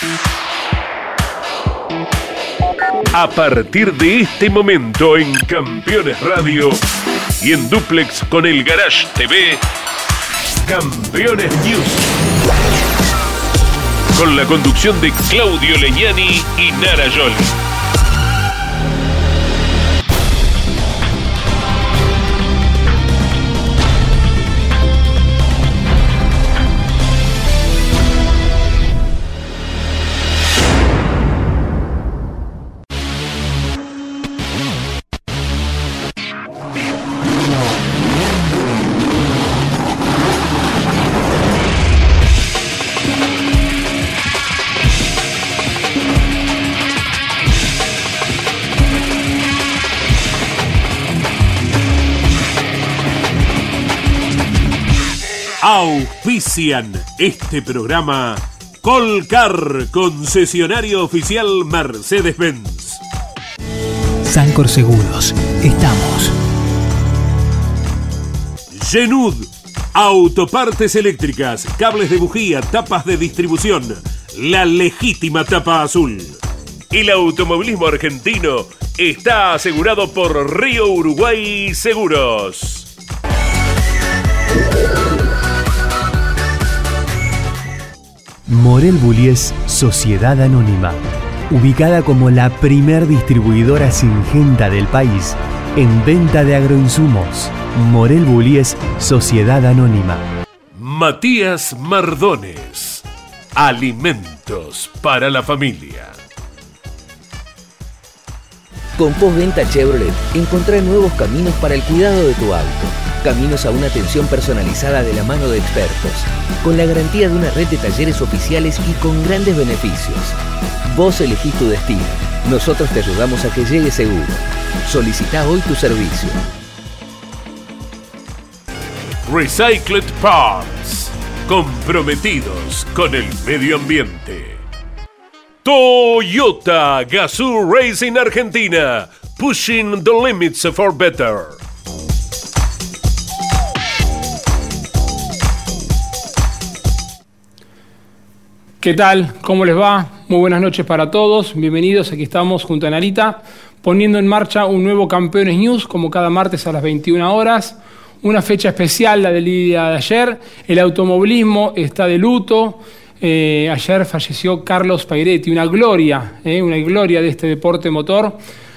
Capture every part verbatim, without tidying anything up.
A partir de este momento en Campeones Radio y en dúplex con el Garage T V, Campeones News. Con la conducción de Claudio Legnani y Nara Joli. Auspician este programa Colcar, concesionario oficial Mercedes-Benz. Sancor Seguros, estamos. Genud, autopartes eléctricas, cables de bujía, tapas de distribución, la legítima tapa azul. El automovilismo argentino está asegurado por Río Uruguay Seguros. Morel Bullies Sociedad Anónima, ubicada como la primer distribuidora singenta del país en venta de agroinsumos. Morel Bullies Sociedad Anónima. Matías Mardones, alimentos para la familia. Con Postventa Chevrolet, encontrá nuevos caminos para el cuidado de tu auto. Caminos a una atención personalizada de la mano de expertos, con la garantía de una red de talleres oficiales y con grandes beneficios. Vos elegís tu destino. Nosotros te ayudamos a que llegue seguro. Solicitá hoy tu servicio. Recycled Parts, comprometidos con el medio ambiente. Toyota Gazoo Racing Argentina, pushing the limits for better. ¿Qué tal? ¿Cómo les va? Muy buenas noches para todos. Bienvenidos. Aquí estamos junto a Narita poniendo en marcha un nuevo Campeones News, como cada martes a las veintiuna horas. Una fecha especial, la del día de ayer. El automovilismo está de luto. Eh, ayer falleció Carlos Pairetti, una gloria, eh, una gloria de este deporte motor.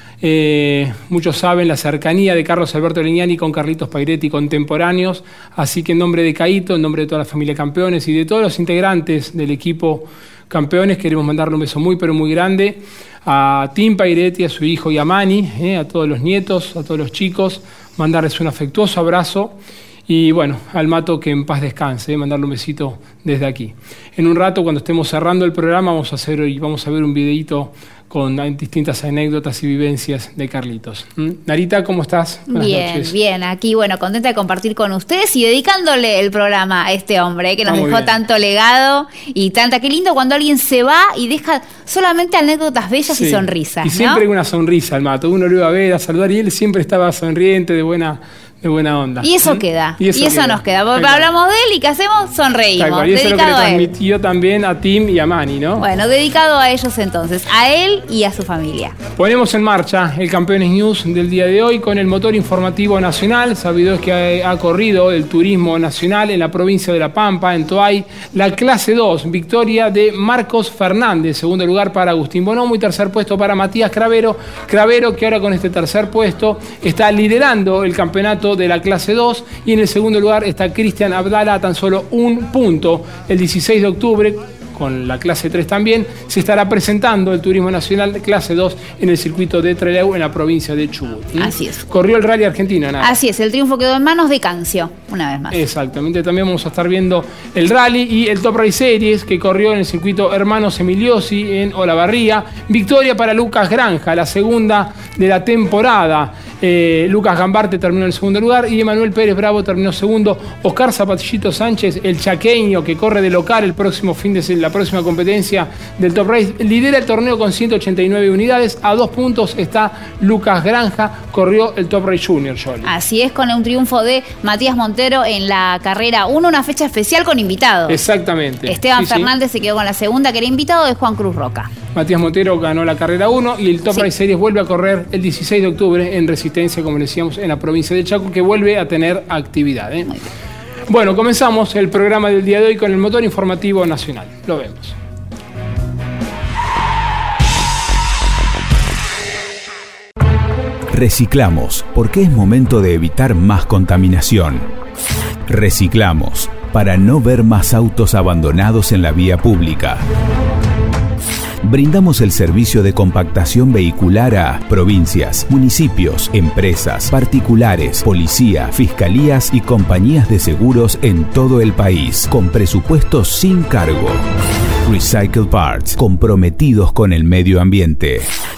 Eh, muchos saben la cercanía de Carlos Alberto Legnani con Carlitos Pairetti, contemporáneos, así que en nombre de Caíto, en nombre de toda la familia Campeones y de todos los integrantes del equipo Campeones, queremos mandarle un beso muy pero muy grande a Tim Pairetti, a su hijo y a Mani, eh, a todos los nietos, a todos los chicos, mandarles un afectuoso abrazo y bueno, al Mato que en paz descanse, eh, mandarle un besito desde aquí. En un rato, cuando estemos cerrando el programa, vamos a hacer y vamos a ver un videíto con distintas anécdotas y vivencias de Carlitos. ¿Mm? Narita, ¿cómo estás? Buenas bien, noches. Bien. Aquí, bueno, contenta de compartir con ustedes y dedicándole el programa a este hombre que nos ah, dejó bien. tanto legado y tanta... Qué lindo cuando alguien se va y deja solamente anécdotas bellas sí. y sonrisas, Y ¿no? siempre hay una sonrisa al Mato. Uno lo iba a ver, a saludar y él siempre estaba sonriente, de buena... de buena onda. Y eso ¿Mm? queda, y eso, y eso queda. nos queda. Porque hablamos de él y ¿qué hacemos? Sonreímos. Y eso es lo que le dedicado a él. transmitió también a Tim y a Mani, ¿no? Bueno, dedicado a ellos entonces, a él y a su familia. Ponemos en marcha el Campeones News del día de hoy con el motor informativo nacional. Sabido es que ha, ha corrido el turismo nacional en la provincia de La Pampa, en Toay. La clase dos, victoria de Marcos Fernández. Segundo lugar para Agustín Bonomo y tercer puesto para Matías Cravero. Cravero que ahora con este tercer puesto está liderando el campeonato de la clase dos. Y en el segundo lugar está Cristian Abdala a tan solo un punto. El dieciséis de octubre, con la clase tres también, se estará presentando el Turismo Nacional de clase dos en el circuito de Trelew en la provincia de Chubut. ¿Mm? Así es. Corrió el Rally Argentino, Ana. Así es, el triunfo quedó en manos de Cancio, una vez más. Exactamente, también vamos a estar viendo el Rally y el Top Race Series que corrió en el circuito Hermanos Emiliosi en Olavarría. Victoria para Lucas Granja, la segunda de la temporada. Eh, Lucas Gambarte terminó en el segundo lugar y Emanuel Pérez Bravo terminó segundo. Oscar Zapatillito Sánchez, el chaqueño que corre de local el próximo fin de semana, la próxima competencia del Top Race. Lidera el torneo con ciento ochenta y nueve unidades. A dos puntos está Lucas Granja, corrió el Top Race Junior, Yoli. Así es, con un triunfo de Matías Montero en la carrera uno, una fecha especial con invitados. Exactamente. Esteban sí, Fernández sí. se quedó con la segunda, que era invitado de Juan Cruz Roca. Matías Montero ganó la carrera uno y el Top sí. Race Series vuelve a correr el dieciséis de octubre en Resistencia, como decíamos, en la provincia de Chaco, que vuelve a tener actividad. ¿eh? Muy bien. Bueno, comenzamos el programa del día de hoy con el motor informativo nacional. Lo vemos. Reciclamos, porque es momento de evitar más contaminación. Reciclamos, para no ver más autos abandonados en la vía pública. Brindamos el servicio de compactación vehicular a provincias, municipios, empresas, particulares, policía, fiscalías y compañías de seguros en todo el país, con presupuestos sin cargo. Recycle Parts, comprometidos con el medio ambiente.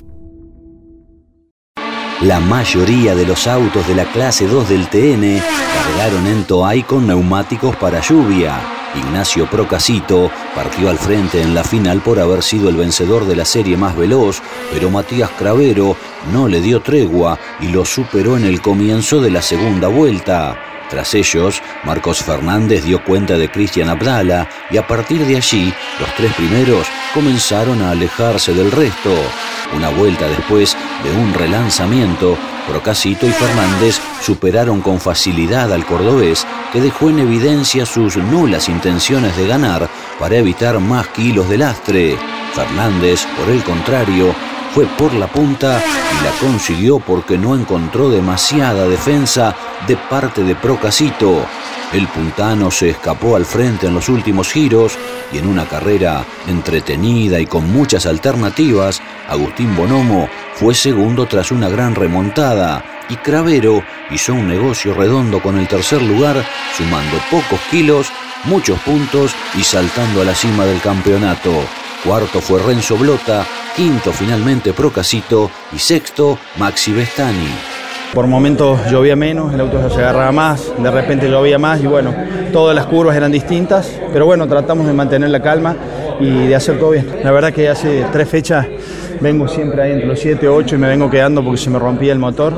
La mayoría de los autos de la clase dos del T N cargaron en Toay con neumáticos para lluvia. Ignacio Procasito partió al frente en la final por haber sido el vencedor de la serie más veloz, pero Matías Cravero no le dio tregua y lo superó en el comienzo de la segunda vuelta. Tras ellos, Marcos Fernández dio cuenta de Cristian Abdala y a partir de allí, los tres primeros comenzaron a alejarse del resto. Una vuelta después de un relanzamiento, Procasito y Fernández superaron con facilidad al cordobés, que dejó en evidencia sus nulas intenciones de ganar para evitar más kilos de lastre. Fernández, por el contrario, fue por la punta y la consiguió porque no encontró demasiada defensa de parte de Procasito. El puntano se escapó al frente en los últimos giros y en una carrera entretenida y con muchas alternativas, Agustín Bonomo fue segundo tras una gran remontada y Cravero hizo un negocio redondo con el tercer lugar, sumando pocos kilos, muchos puntos y saltando a la cima del campeonato. Cuarto fue Renzo Blota, quinto finalmente Procasito y sexto Maxi Vestani. Por momentos llovía menos, el auto se agarraba más, de repente llovía más y bueno, todas las curvas eran distintas, pero bueno, tratamos de mantener la calma y de hacer todo bien. La verdad que hace tres fechas vengo siempre ahí entre los siete, ocho y me vengo quedando porque se me rompía el motor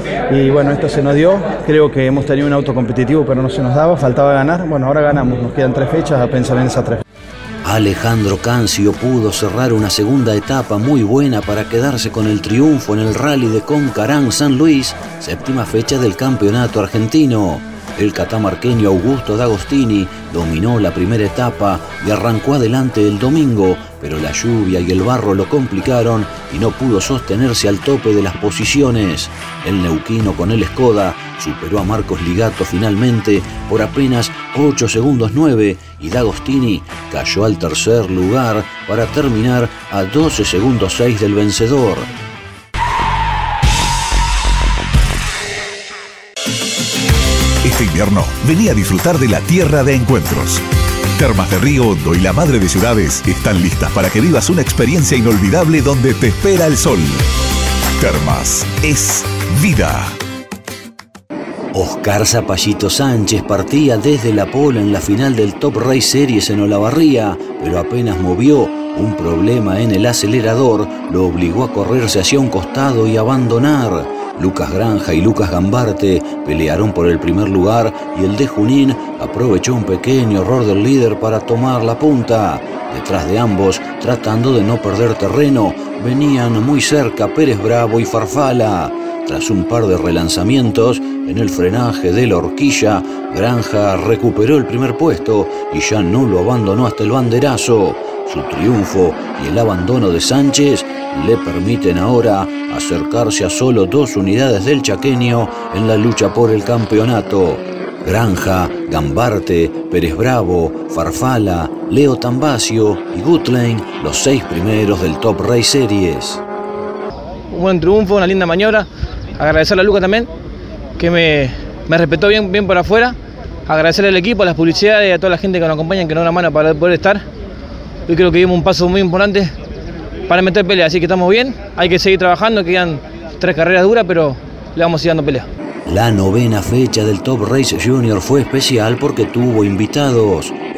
y bueno, esto se nos dio. Creo que hemos tenido un auto competitivo pero no se nos daba, faltaba ganar. Bueno, ahora ganamos, nos quedan tres fechas a pensar en esas tres. Alejandro Cancio pudo cerrar una segunda etapa muy buena para quedarse con el triunfo en el rally de Concarán San Luis, séptima fecha del campeonato argentino. El catamarqueño Augusto D'Agostini dominó la primera etapa y arrancó adelante el domingo, pero la lluvia y el barro lo complicaron y no pudo sostenerse al tope de las posiciones. El neuquino con el Skoda superó a Marcos Ligato finalmente por apenas ocho segundos nueve y D'Agostini cayó al tercer lugar para terminar a doce segundos seis del vencedor. Este invierno, vení a disfrutar de la tierra de encuentros. Termas de Río Hondo y la Madre de Ciudades están listas para que vivas una experiencia inolvidable donde te espera el sol. Termas es vida. Oscar Zapallito Sánchez partía desde la pole en la final del Top Race Series en Olavarría, pero apenas movió un problema en el acelerador, lo obligó a correrse hacia un costado y abandonar. Lucas Granja y Lucas Gambarte pelearon por el primer lugar y el de Junín aprovechó un pequeño error del líder para tomar la punta. Detrás de ambos, tratando de no perder terreno, venían muy cerca Pérez Bravo y Farfala. Tras un par de relanzamientos, en el frenaje de la horquilla, Granja recuperó el primer puesto y ya no lo abandonó hasta el banderazo. Su triunfo y el abandono de Sánchez le permiten ahora acercarse a solo dos unidades del chaqueño en la lucha por el campeonato. Granja, Gambarte, Pérez Bravo, Farfala, Leo Tambacio y Gutlane, los seis primeros del Top Race Series. Un buen triunfo, una linda maniobra. Agradecerle a Luca también, que me, me respetó bien, bien por afuera. Agradecerle al equipo, a las publicidades y a toda la gente que nos acompaña, que nos da una mano para poder estar. Yo creo que dimos un paso muy importante para meter pelea, así que estamos bien. Hay que seguir trabajando, quedan tres carreras duras, pero le vamos a ir dando pelea. La novena fecha del Top Race Junior fue especial porque tuvo invitados.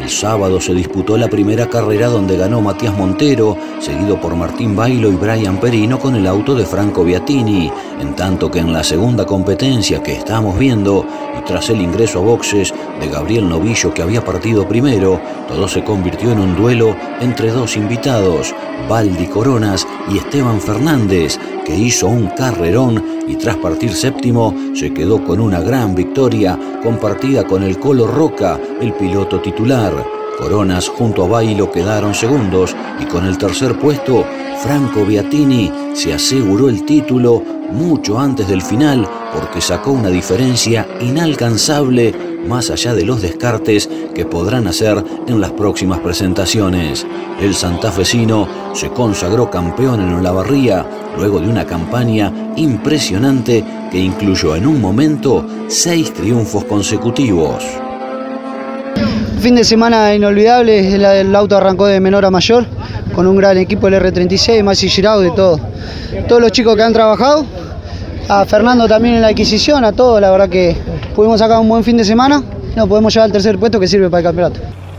El sábado se disputó la primera carrera donde ganó Matías Montero, seguido por Martín Bailo y Brian Perino con el auto de Franco Beattini, en tanto que en la segunda competencia que estamos viendo, y tras el ingreso a boxes de Gabriel Novillo que había partido primero, todo se convirtió en un duelo entre dos invitados, Valdi Coronas y Esteban Fernández, que hizo un carrerón y tras partir séptimo se quedó con una gran victoria compartida con el Colo Roca, el piloto titular. Coronas junto a Bailo quedaron segundos y con el tercer puesto Franco Beattini se aseguró el título mucho antes del final porque sacó una diferencia inalcanzable más allá de los descartes que podrán hacer en las próximas presentaciones. El santafesino se consagró campeón en Olavarría luego de una campaña impresionante que incluyó en un momento seis triunfos consecutivos. Fin de semana inolvidable, el, el auto arrancó de menor a mayor, con un gran equipo del erre treinta y seis, Maxi Girau, de todo. Todos los chicos que han trabajado, a Fernando también en la adquisición, a todos, la verdad que pudimos sacar un buen fin de semana, nos podemos llevar al tercer puesto que sirve para el campeonato.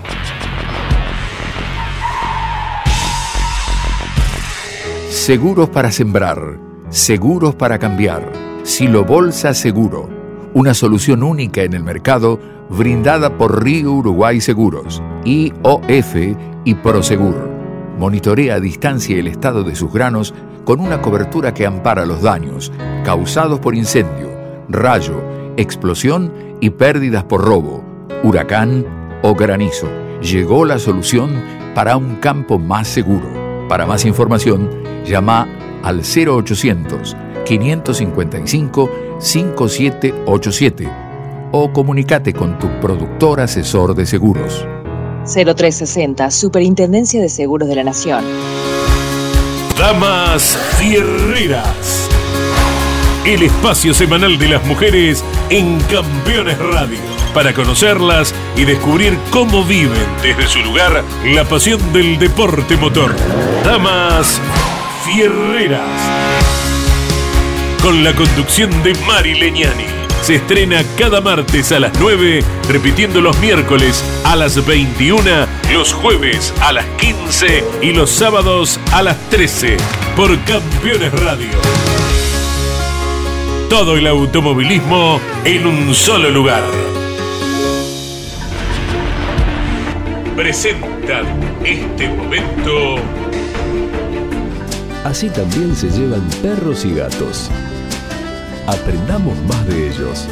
Seguros para sembrar, seguros para cambiar. Silo Bolsa Seguro, una solución única en el mercado brindada por Río Uruguay Seguros, I O F y Prosegur. Monitorea a distancia el estado de sus granos con una cobertura que ampara los daños causados por incendio, rayo, explosión y pérdidas por robo, huracán o granizo. Llegó la solución para un campo más seguro. Para más información, llama al cero ochocientos, quinientos cincuenta y cinco, cincuenta y siete ochenta y siete o comunícate con tu productor asesor de seguros. cero tres sesenta, Superintendencia de Seguros de la Nación. Damas Fierreras, el espacio semanal de las mujeres en Campeones Radio, para conocerlas y descubrir cómo viven desde su lugar la pasión del deporte motor. Damas Fierreras, con la conducción de Mari Leñani. Se estrena cada martes a las nueve, repitiendo los miércoles a las veintiuna, los jueves a las quince y los sábados a las trece por Campeones Radio. Todo el automovilismo en un solo lugar. Presentan este momento. Así también se llevan perros y gatos. Aprendamos más de ellos.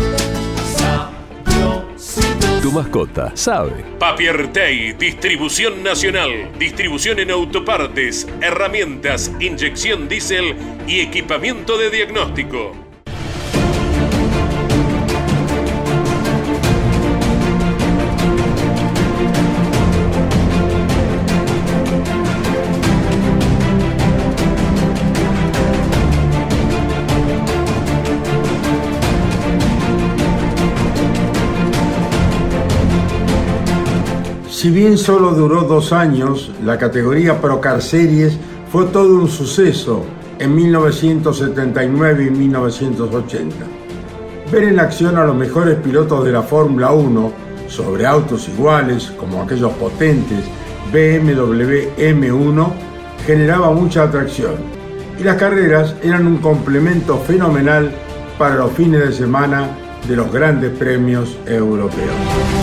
Tu mascota sabe. Papiertei, distribución nacional. Distribución en autopartes, herramientas, inyección diésel y equipamiento de diagnóstico. Si bien solo duró dos años, la categoría Procar Series fue todo un suceso en mil novecientos setenta y nueve y mil novecientos ochenta. Ver en acción a los mejores pilotos de la Fórmula uno sobre autos iguales, como aquellos potentes B M W M uno, generaba mucha atracción, y las carreras eran un complemento fenomenal para los fines de semana de los grandes premios europeos.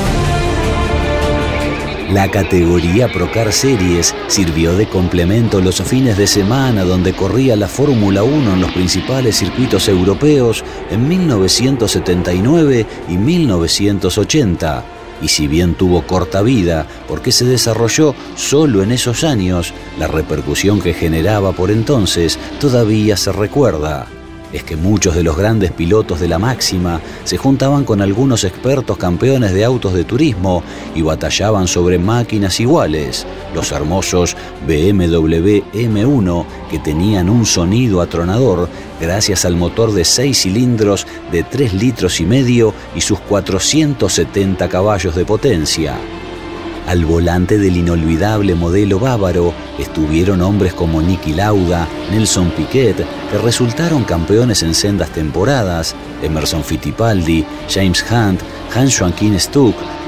La categoría Procar Series sirvió de complemento los fines de semana donde corría la Fórmula uno en los principales circuitos europeos en mil novecientos setenta y nueve y mil novecientos ochenta. Y si bien tuvo corta vida porque se desarrolló solo en esos años, la repercusión que generaba por entonces todavía se recuerda. Es que muchos de los grandes pilotos de la máxima se juntaban con algunos expertos campeones de autos de turismo y batallaban sobre máquinas iguales, los hermosos B M W M uno, que tenían un sonido atronador gracias al motor de seis cilindros de tres litros y medio y sus cuatrocientos setenta caballos de potencia. Al volante del inolvidable modelo bávaro estuvieron hombres como Niki Lauda, Nelson Piquet, que resultaron campeones en sendas temporadas, Emerson Fittipaldi, James Hunt, Hans Joachim Stuck,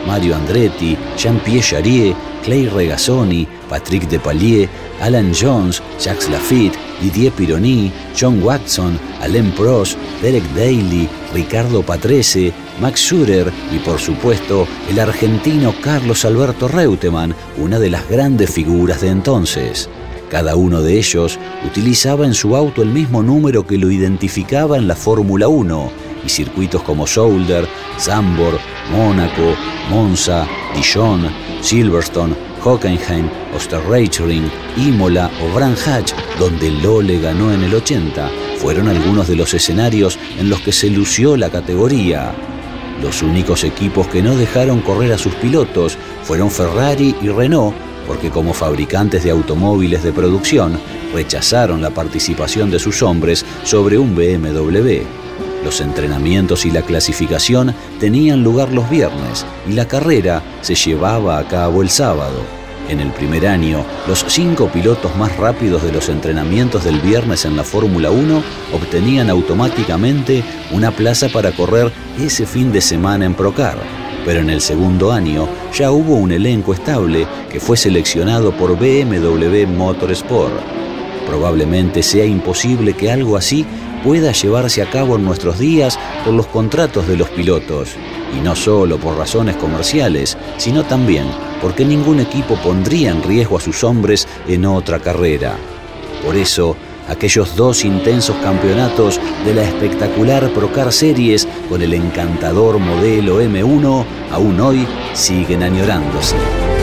Mario Andretti, Jean-Pierre Jarier, Clay Regazzoni, Patrick Depailler, Alan Jones, Jacques Lafitte, Didier Pironi, John Watson, Alain Prost, Derek Daly, Ricardo Patrese, Max Schurer y, por supuesto, el argentino Carlos Alberto Reutemann, una de las grandes figuras de entonces. Cada uno de ellos utilizaba en su auto el mismo número que lo identificaba en la Fórmula uno, y circuitos como Zolder, Zandvoort, Mónaco, Monza, Dijon, Silverstone, Hockenheim, Österreichring, Imola o Brands Hatch, donde Lohle ganó en el ochenta, fueron algunos de los escenarios en los que se lució la categoría. Los únicos equipos que no dejaron correr a sus pilotos fueron Ferrari y Renault, porque como fabricantes de automóviles de producción rechazaron la participación de sus hombres sobre un B M W. Los entrenamientos y la clasificación tenían lugar los viernes y la carrera se llevaba a cabo el sábado. En el primer año, los cinco pilotos más rápidos de los entrenamientos del viernes en la Fórmula uno obtenían automáticamente una plaza para correr ese fin de semana en Procar. Pero en el segundo año ya hubo un elenco estable que fue seleccionado por B M W Motorsport. Probablemente sea imposible que algo así pueda llevarse a cabo en nuestros días por los contratos de los pilotos, y no solo por razones comerciales, sino también porque ningún equipo pondría en riesgo a sus hombres en otra carrera. Por eso, aquellos dos intensos campeonatos de la espectacular Procar Series con el encantador modelo M uno aún hoy siguen añorándose.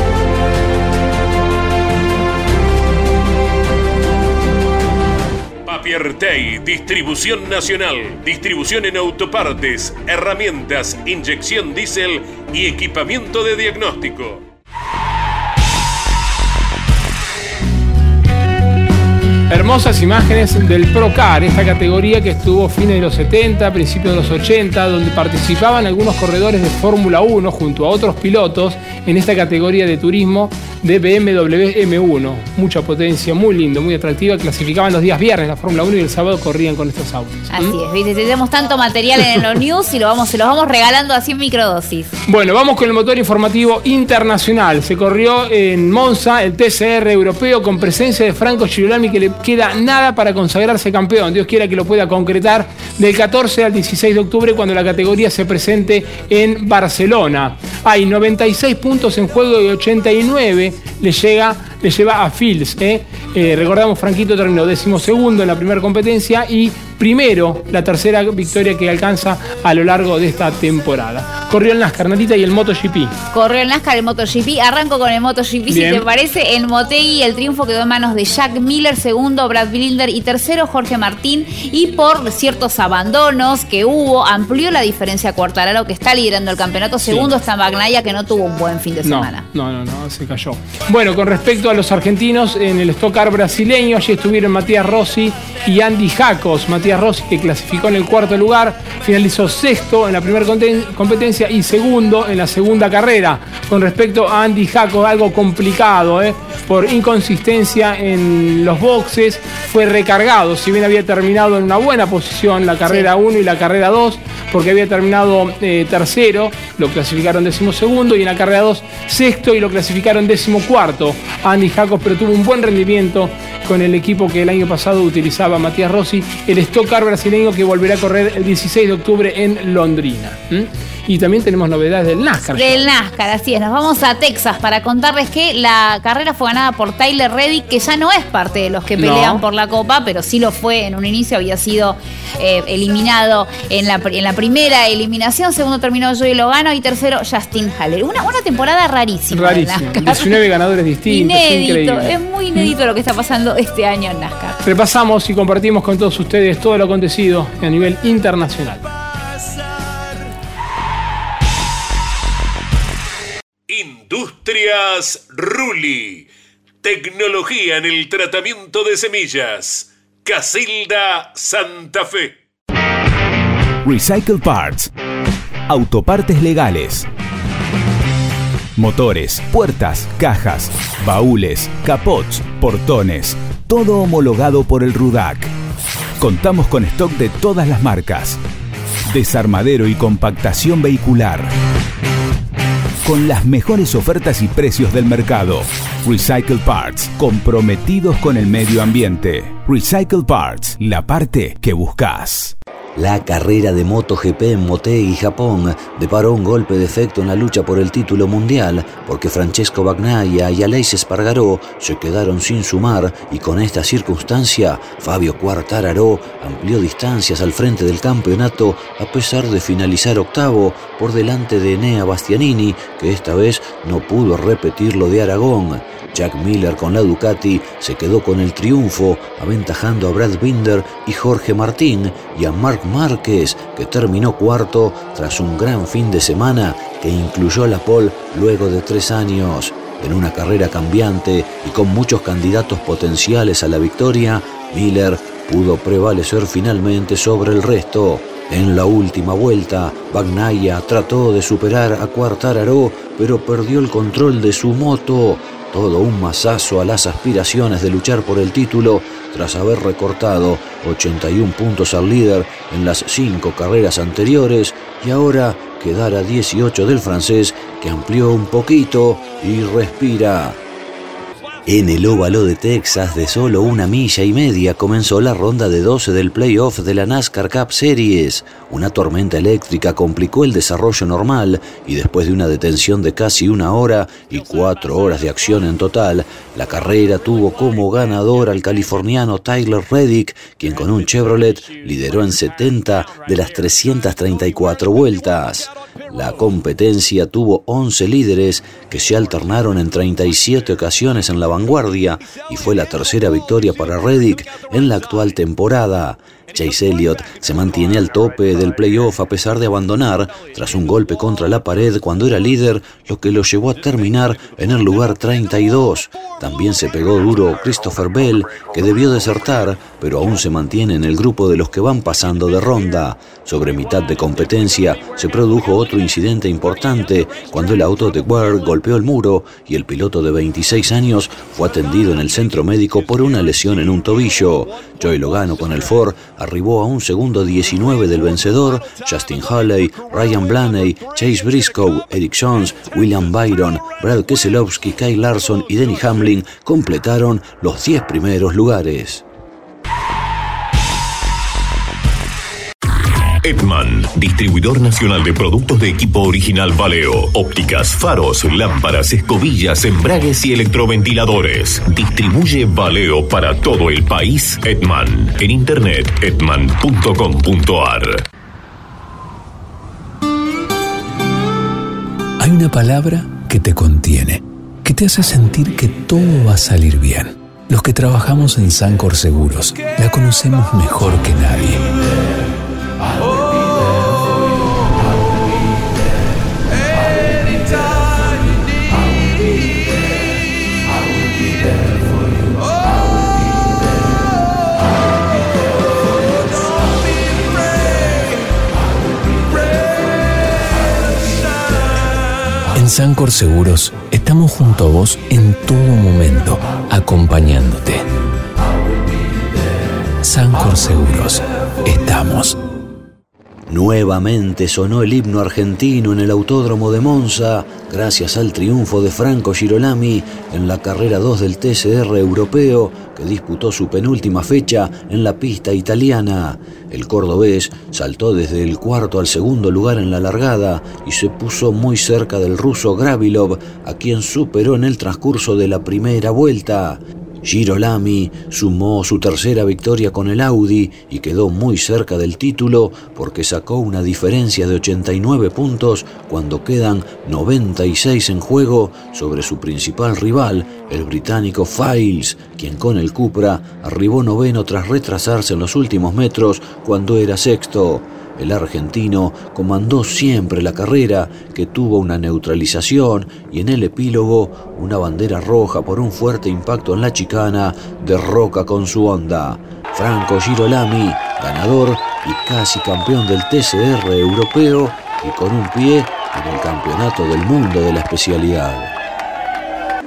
Papiertei, distribución nacional, distribución en autopartes, herramientas, inyección diésel y equipamiento de diagnóstico. Hermosas imágenes del Procar, esta categoría que estuvo fines de los setenta, principios de los ochenta, donde participaban algunos corredores de Fórmula uno junto a otros pilotos en esta categoría de turismo de B M W M uno. Mucha potencia, muy lindo, muy atractiva. Clasificaban los días viernes la Fórmula uno y el sábado corrían con estos autos. Así ¿Mm? es, ¿viste? Tenemos tanto material en los news y lo vamos, se los vamos regalando así en microdosis. Bueno, vamos con el motor informativo internacional. Se corrió en Monza el T C R europeo con presencia de Franco Girolami, que le queda nada para consagrarse campeón. Dios quiera que lo pueda concretar del catorce al dieciséis de octubre cuando la categoría se presente en Barcelona. Hay noventa y seis puntos en juego y ochenta y nueve le llega, le lleva a Fields. ¿eh? Eh, recordamos, Franquito terminó decimosegundo en la primera competencia y primero, la tercera victoria que alcanza a lo largo de esta temporada. Corrió el NASCAR, Natita, y el MotoGP. Corrió el NASCAR, el MotoGP. Arranco con el MotoGP, Bien. si te parece. En Motegi el triunfo quedó en manos de Jack Miller, segundo Brad Binder y tercero Jorge Martín. Y por ciertos abandonos que hubo, amplió la diferencia a Quartararo, que está liderando el campeonato. Segundo sí. está Bagnaia, que no tuvo un buen fin de semana. No, no, no, no, se cayó. Bueno, con respecto a los argentinos, en el Stock Car brasileño, allí estuvieron Matías Rossi y Andy Jacos. Matías Rossi, que clasificó en el cuarto lugar, finalizó sexto en la primera competencia y segundo en la segunda carrera. Con respecto a Andy Jacos, algo complicado, ¿eh? por inconsistencia en los boxes, fue recargado, si bien había terminado en una buena posición la carrera uno y la carrera dos, porque había terminado eh, tercero, lo clasificaron decimosegundo, y en la carrera dos sexto y lo clasificaron decimocuarto a Andy Jacos, pero tuvo un buen rendimiento con el equipo que el año pasado utilizaba Matías Rossi, el Stock Car brasileño, que volverá a correr el dieciséis de octubre en Londrina. ¿Mm? Y también tenemos novedades del NASCAR. Del NASCAR, así es. Nos vamos a Texas para contarles que la carrera fue ganada por Tyler Reddick, que ya no es parte de los que pelean no. por la Copa, pero sí lo fue en un inicio. Había sido eh, eliminado en la, en la primera eliminación. Segundo terminó Joey Logano y tercero Justin Haller. Una, una temporada rarísima. Rarísima. diecinueve ganadores distintos. Inédito. Increíble. Es muy inédito lo que está pasando este año en NASCAR. Repasamos y compartimos con todos ustedes todo lo acontecido a nivel internacional. Industrias Ruli. Tecnología en el tratamiento de semillas. Casilda, Santa Fe. Recycle Parts. Autopartes legales. Motores, puertas, cajas, baúles, capots, portones. Todo homologado por el RUDAC. Contamos con stock de todas las marcas. Desarmadero y compactación vehicular. con las mejores ofertas y precios del mercado. Recycle Parts, comprometidos con el medio ambiente. Recycle Parts, la parte que buscas. La carrera de MotoGP en Motegi, Japón, deparó un golpe de efecto en la lucha por el título mundial, porque Francesco Bagnaia y Aleix Espargaró se quedaron sin sumar, y con esta circunstancia Fabio Quartararo amplió distancias al frente del campeonato a pesar de finalizar octavo por delante de Enea Bastianini, que esta vez no pudo repetir lo de Aragón. Jack Miller con la Ducati se quedó con el triunfo, aventajando a Brad Binder y Jorge Martín, y a Marc Márquez, que terminó cuarto tras un gran fin de semana que incluyó la pole luego de tres años. En una carrera cambiante y con muchos candidatos potenciales a la victoria, Miller pudo prevalecer finalmente sobre el resto. En la última vuelta, Bagnaia trató de superar a Quartararo, pero perdió el control de su moto. Todo un mazazo a las aspiraciones de luchar por el título tras haber recortado ochenta y un puntos al líder en las cinco carreras anteriores y ahora quedar a dieciocho del francés, que amplió un poquito y respira. En el óvalo de Texas, de solo una milla y media, comenzó la ronda de doce del playoff de la NASCAR Cup Series. Una tormenta eléctrica complicó el desarrollo normal y después de una detención de casi una hora y cuatro horas de acción en total, la carrera tuvo como ganador al californiano Tyler Reddick, quien con un Chevrolet lideró en setenta de las trescientas treinta y cuatro vueltas. La competencia tuvo once líderes que se alternaron en treinta y siete ocasiones en la vanguardia, y fue la tercera victoria para Reddick en la actual temporada. Chase Elliott se mantiene al tope del playoff a pesar de abandonar tras un golpe contra la pared cuando era líder, lo que lo llevó a terminar en el lugar treinta y dos. También se pegó duro Christopher Bell, que debió desertar, pero aún se mantiene en el grupo de los que van pasando de ronda. Sobre mitad de competencia se produjo otro incidente importante cuando el auto de Ware golpeó el muro y el piloto de veintiséis años fue atendido en el centro médico por una lesión en un tobillo. Joey Logano con el Ford arribó a un segundo diecinueve del vencedor. Justin Haley, Ryan Blaney, Chase Briscoe, Eric Jones, William Byron, Brad Keselowski, Kyle Larson y Denny Hamlin completaron los diez primeros lugares. Edman, distribuidor nacional de productos de equipo original Valeo, ópticas, faros, lámparas, escobillas, embragues y electroventiladores. Distribuye Valeo para todo el país. Edman, en internet edman punto com punto a r. Hay una palabra que te contiene, que te hace sentir que todo va a salir bien. Los que trabajamos en Sancor Seguros la conocemos mejor que nadie. En Sancor Seguros estamos junto a vos en todo momento, acompañándote. Sancor Seguros, estamos. Nuevamente sonó el himno argentino en el Autódromo de Monza, gracias al triunfo de Franco Girolami en la carrera dos del T C R europeo, que disputó su penúltima fecha en la pista italiana. El cordobés saltó desde el cuarto al segundo lugar en la largada y se puso muy cerca del ruso Gravilov, a quien superó en el transcurso de la primera vuelta. Girolami sumó su tercera victoria con el Audi y quedó muy cerca del título porque sacó una diferencia de ochenta y nueve puntos cuando quedan noventa y seis en juego sobre su principal rival, el británico Files, quien con el Cupra arribó noveno tras retrasarse en los últimos metros cuando era sexto. El argentino comandó siempre la carrera, que tuvo una neutralización y en el epílogo una bandera roja por un fuerte impacto en la chicana de Roca con su Honda. Franco Girolami, ganador y casi campeón del T C R europeo y con un pie en el campeonato del mundo de la especialidad.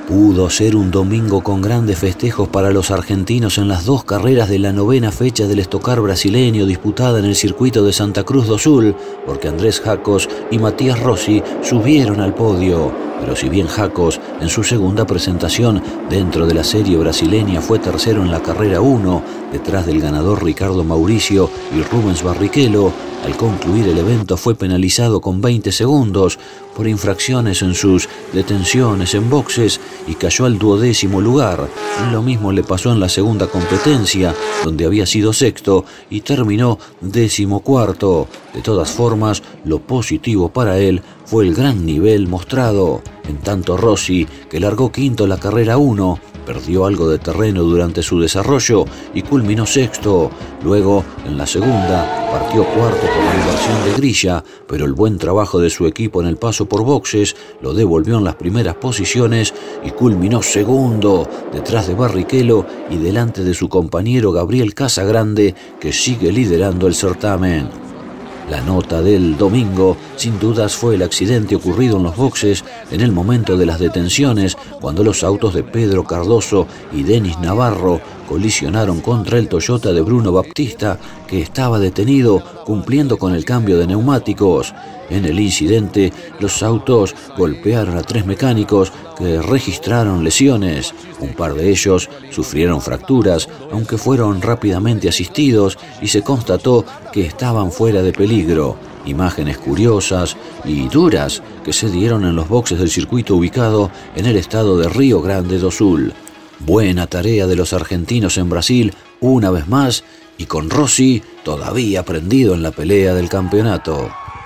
Pudo ser un domingo con grandes festejos para los argentinos en las dos carreras de la novena fecha del estocar brasileño disputada en el circuito de Santa Cruz do Sul, porque Andrés Jacos y Matías Rossi subieron al podio. Pero si bien Jacos en su segunda presentación dentro de la serie brasileña fue tercero en la carrera uno, detrás del ganador Ricardo Mauricio y Rubens Barrichello, al concluir el evento fue penalizado con veinte segundos por infracciones en sus detenciones en boxes y cayó al duodécimo lugar. Lo mismo le pasó en la segunda competencia, donde había sido sexto y terminó décimo cuarto. De todas formas, lo positivo para él fue el gran nivel mostrado. En tanto Rossi, que largó quinto la carrera uno, perdió algo de terreno durante su desarrollo y culminó sexto. Luego, en la segunda, partió cuarto por la inversión de grilla, pero el buen trabajo de su equipo en el paso por boxes lo devolvió en las primeras posiciones y culminó segundo, detrás de Barrichello y delante de su compañero Gabriel Casagrande, que sigue liderando el certamen. La nota del domingo, sin dudas, fue el accidente ocurrido en los boxes en el momento de las detenciones, cuando los autos de Pedro Cardoso y Denis Navarro colisionaron contra el Toyota de Bruno Baptista, que estaba detenido cumpliendo con el cambio de neumáticos. En el incidente, los autos golpearon a tres mecánicos que registraron lesiones. Un par de ellos sufrieron fracturas, aunque fueron rápidamente asistidos y se constató que estaban fuera de peligro. Imágenes curiosas y duras que se dieron en los boxes del circuito ubicado en el estado de Río Grande do Sul. Buena tarea de los argentinos en Brasil, una vez más, y con Rossi todavía prendido en la pelea del campeonato.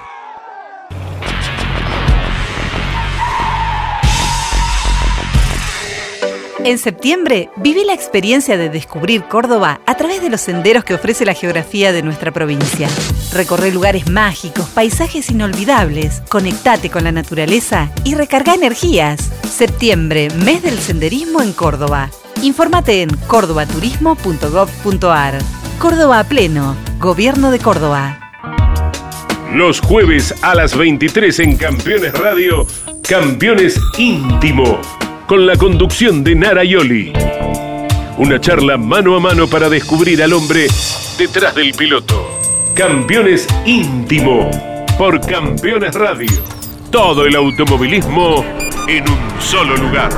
En septiembre, viví la experiencia de descubrir Córdoba a través de los senderos que ofrece la geografía de nuestra provincia. Recorre lugares mágicos, paisajes inolvidables, conectate con la naturaleza y recarga energías. Septiembre, mes del senderismo en Córdoba. Infórmate en córdoba turismo punto gob punto ar. Córdoba a pleno, Gobierno de Córdoba. Los jueves a las veintitrés en Campeones Radio, Campeones Íntimo, con la conducción de Nara Ioli. Una charla mano a mano para descubrir al hombre detrás del piloto. Campeones Íntimo, por Campeones Radio. Todo el automovilismo en un solo lugar.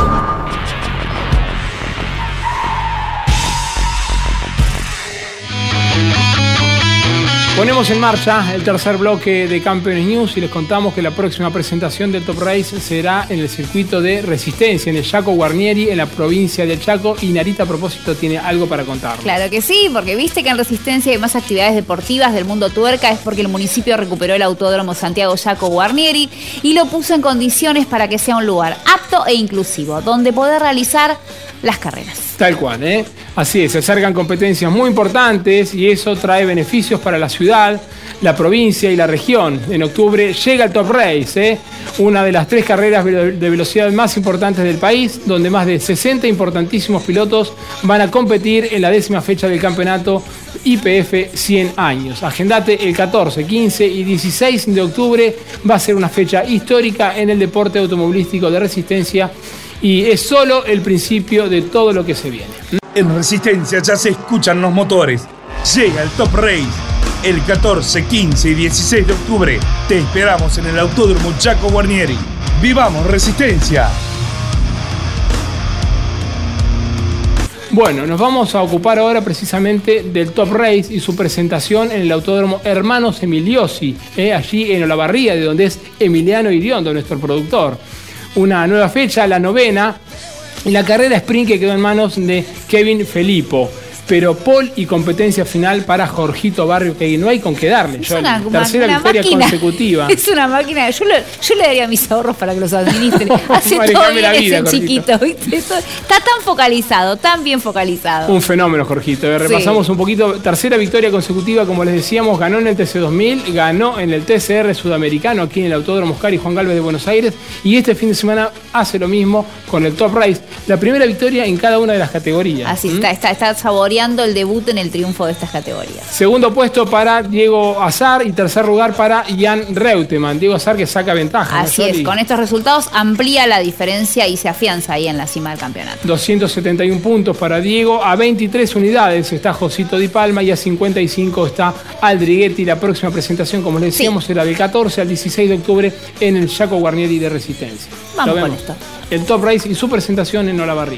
Ponemos en marcha el tercer bloque de Campeones News y les contamos que la próxima presentación del Top Race será en el circuito de Resistencia, en el Chaco Guarnieri, en la provincia del Chaco. Y Narita, a propósito, tiene algo para contarnos. Claro que sí, porque viste que en Resistencia hay más actividades deportivas del mundo tuerca. Es porque el municipio recuperó el Autódromo Santiago Chaco Guarnieri y lo puso en condiciones para que sea un lugar apto e inclusivo, donde poder realizar las carreras. Tal cual, ¿eh? Así es, se acercan competencias muy importantes y eso trae beneficios para la ciudad, la provincia y la región. En octubre llega el Top Race, ¿eh? Una de las tres carreras de velocidad más importantes del país, donde más de sesenta importantísimos pilotos van a competir en la décima fecha del campeonato I P F cien años. Agendate el catorce, quince y dieciséis de octubre. Va a ser una fecha histórica en el deporte automovilístico de Resistencia y es solo el principio de todo lo que se viene. En Resistencia ya se escuchan los motores. Llega el Top Race. El catorce, quince y dieciséis de octubre te esperamos en el Autódromo Chaco Guarnieri. ¡Vivamos Resistencia! Bueno, nos vamos a ocupar ahora precisamente del Top Race y su presentación en el Autódromo Hermanos Emiliosi, eh, allí en Olavarría, de donde es Emiliano Iriondo, nuestro productor. Una nueva fecha, la novena, y la carrera sprint que quedó en manos de Kevin Filippo. Pero pole y competencia final para Jorgito Barrio, que no hay con qué darle. Es una, tercera una victoria máquina. consecutiva. Es una máquina. Yo, lo, yo le daría mis ahorros para que los administre. Hace todo bien la vida, ese Jorgito. chiquito, ¿viste? Está tan focalizado, tan bien focalizado. Un fenómeno, Jorgito. Eh, repasamos sí. un poquito. Tercera victoria consecutiva, como les decíamos, ganó en el T C dos mil, ganó en el T C R sudamericano, aquí en el Autódromo Oscar y Juan Galvez de Buenos Aires, y este fin de semana hace lo mismo con el Top Race. La primera victoria en cada una de las categorías. Así ¿Mm? está, está, está saboreando saboreando el debut en el triunfo de estas categorías. Segundo puesto para Diego Azar y tercer lugar para Jan Reutemann. Diego Azar que saca ventaja. Así ¿no, es, con estos resultados amplía la diferencia y se afianza ahí en la cima del campeonato. doscientos setenta y uno puntos para Diego, a veintitrés unidades está Josito Di Palma y a cincuenta y cinco está Aldriguetti. La próxima presentación, como les decíamos, sí. será del catorce al dieciséis de octubre en el Jaco Guarnieri de Resistencia. Vamos con esto. El Top Race y su presentación en Olavarría.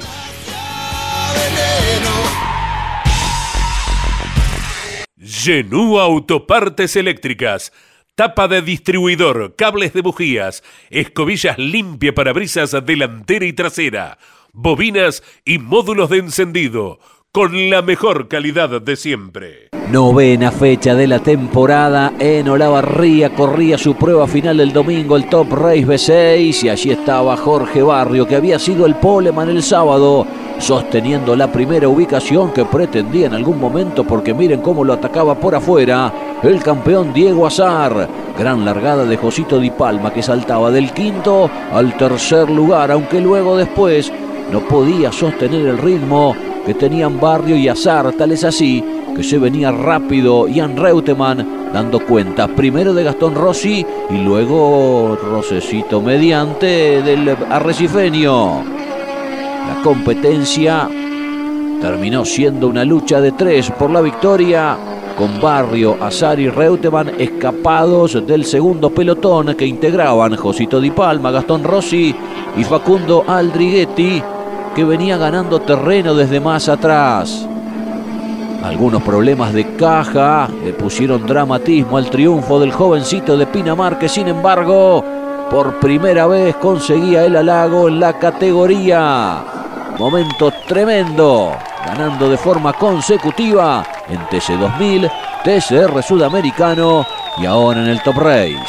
Genú Autopartes Eléctricas. Tapa de distribuidor, cables de bujías, escobillas limpia parabrisas delantera y trasera, bobinas y módulos de encendido, con la mejor calidad de siempre. Novena fecha de la temporada en Olavarría, corría su prueba final el domingo, el Top Race B seis, y allí estaba Jorge Barrio, que había sido el poleman el sábado, sosteniendo la primera ubicación que pretendía en algún momento, porque miren cómo lo atacaba por afuera el campeón Diego Azar. Gran largada de Josito Di Palma, que saltaba del quinto al tercer lugar, aunque luego después no podía sostener el ritmo que tenían Barrio y Azar. Tal es así que se venía rápido Jan Reutemann, dando cuenta primero de Gastón Rossi y luego rocecito mediante del arrecifeño. La competencia terminó siendo una lucha de tres por la victoria, con Barrio, Azar y Reutemann escapados del segundo pelotón que integraban Josito Di Palma, Gastón Rossi y Facundo Aldriguetti, que venía ganando terreno desde más atrás. Algunos problemas de caja le pusieron dramatismo al triunfo del jovencito de Pinamar, que sin embargo por primera vez conseguía el halago en la categoría. Momento tremendo, ganando de forma consecutiva en T C dos mil, T C R Sudamericano y ahora en el Top Race.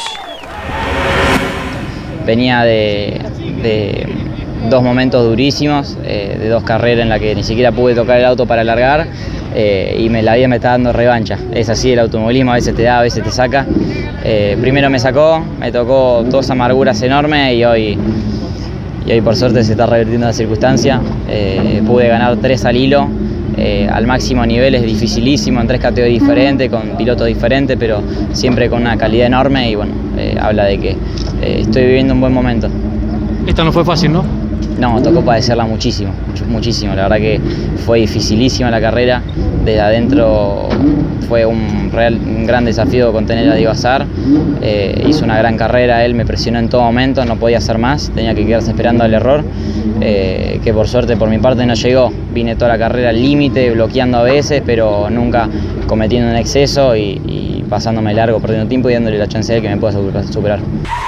Venía de, de dos momentos durísimos, eh, de dos carreras en las que ni siquiera pude tocar el auto para largar, eh, y me, la vida me está dando revancha. Es así el automovilismo, a veces te da, a veces te saca. Eh, primero me sacó, me tocó dos amarguras enormes y hoy, y hoy por suerte se está revirtiendo la circunstancia. Eh, pude ganar tres al hilo, eh, al máximo nivel, es dificilísimo, en tres categorías diferentes, con pilotos diferentes, pero siempre con una calidad enorme y bueno, eh, habla de que eh, estoy viviendo un buen momento. Esta no fue fácil, ¿no? No, tocó padecerla muchísimo, muchísimo. La verdad que fue dificilísima la carrera. Desde adentro fue un, real, un gran desafío contener a Diego Azar. Eh, hizo una gran carrera, él me presionó en todo momento, no podía hacer más, tenía que quedarse esperando el error, eh, que por suerte por mi parte no llegó. Vine toda la carrera al límite, bloqueando a veces, pero nunca cometiendo un exceso y, y pasándome largo, perdiendo tiempo y dándole la chance a él que me pueda superar.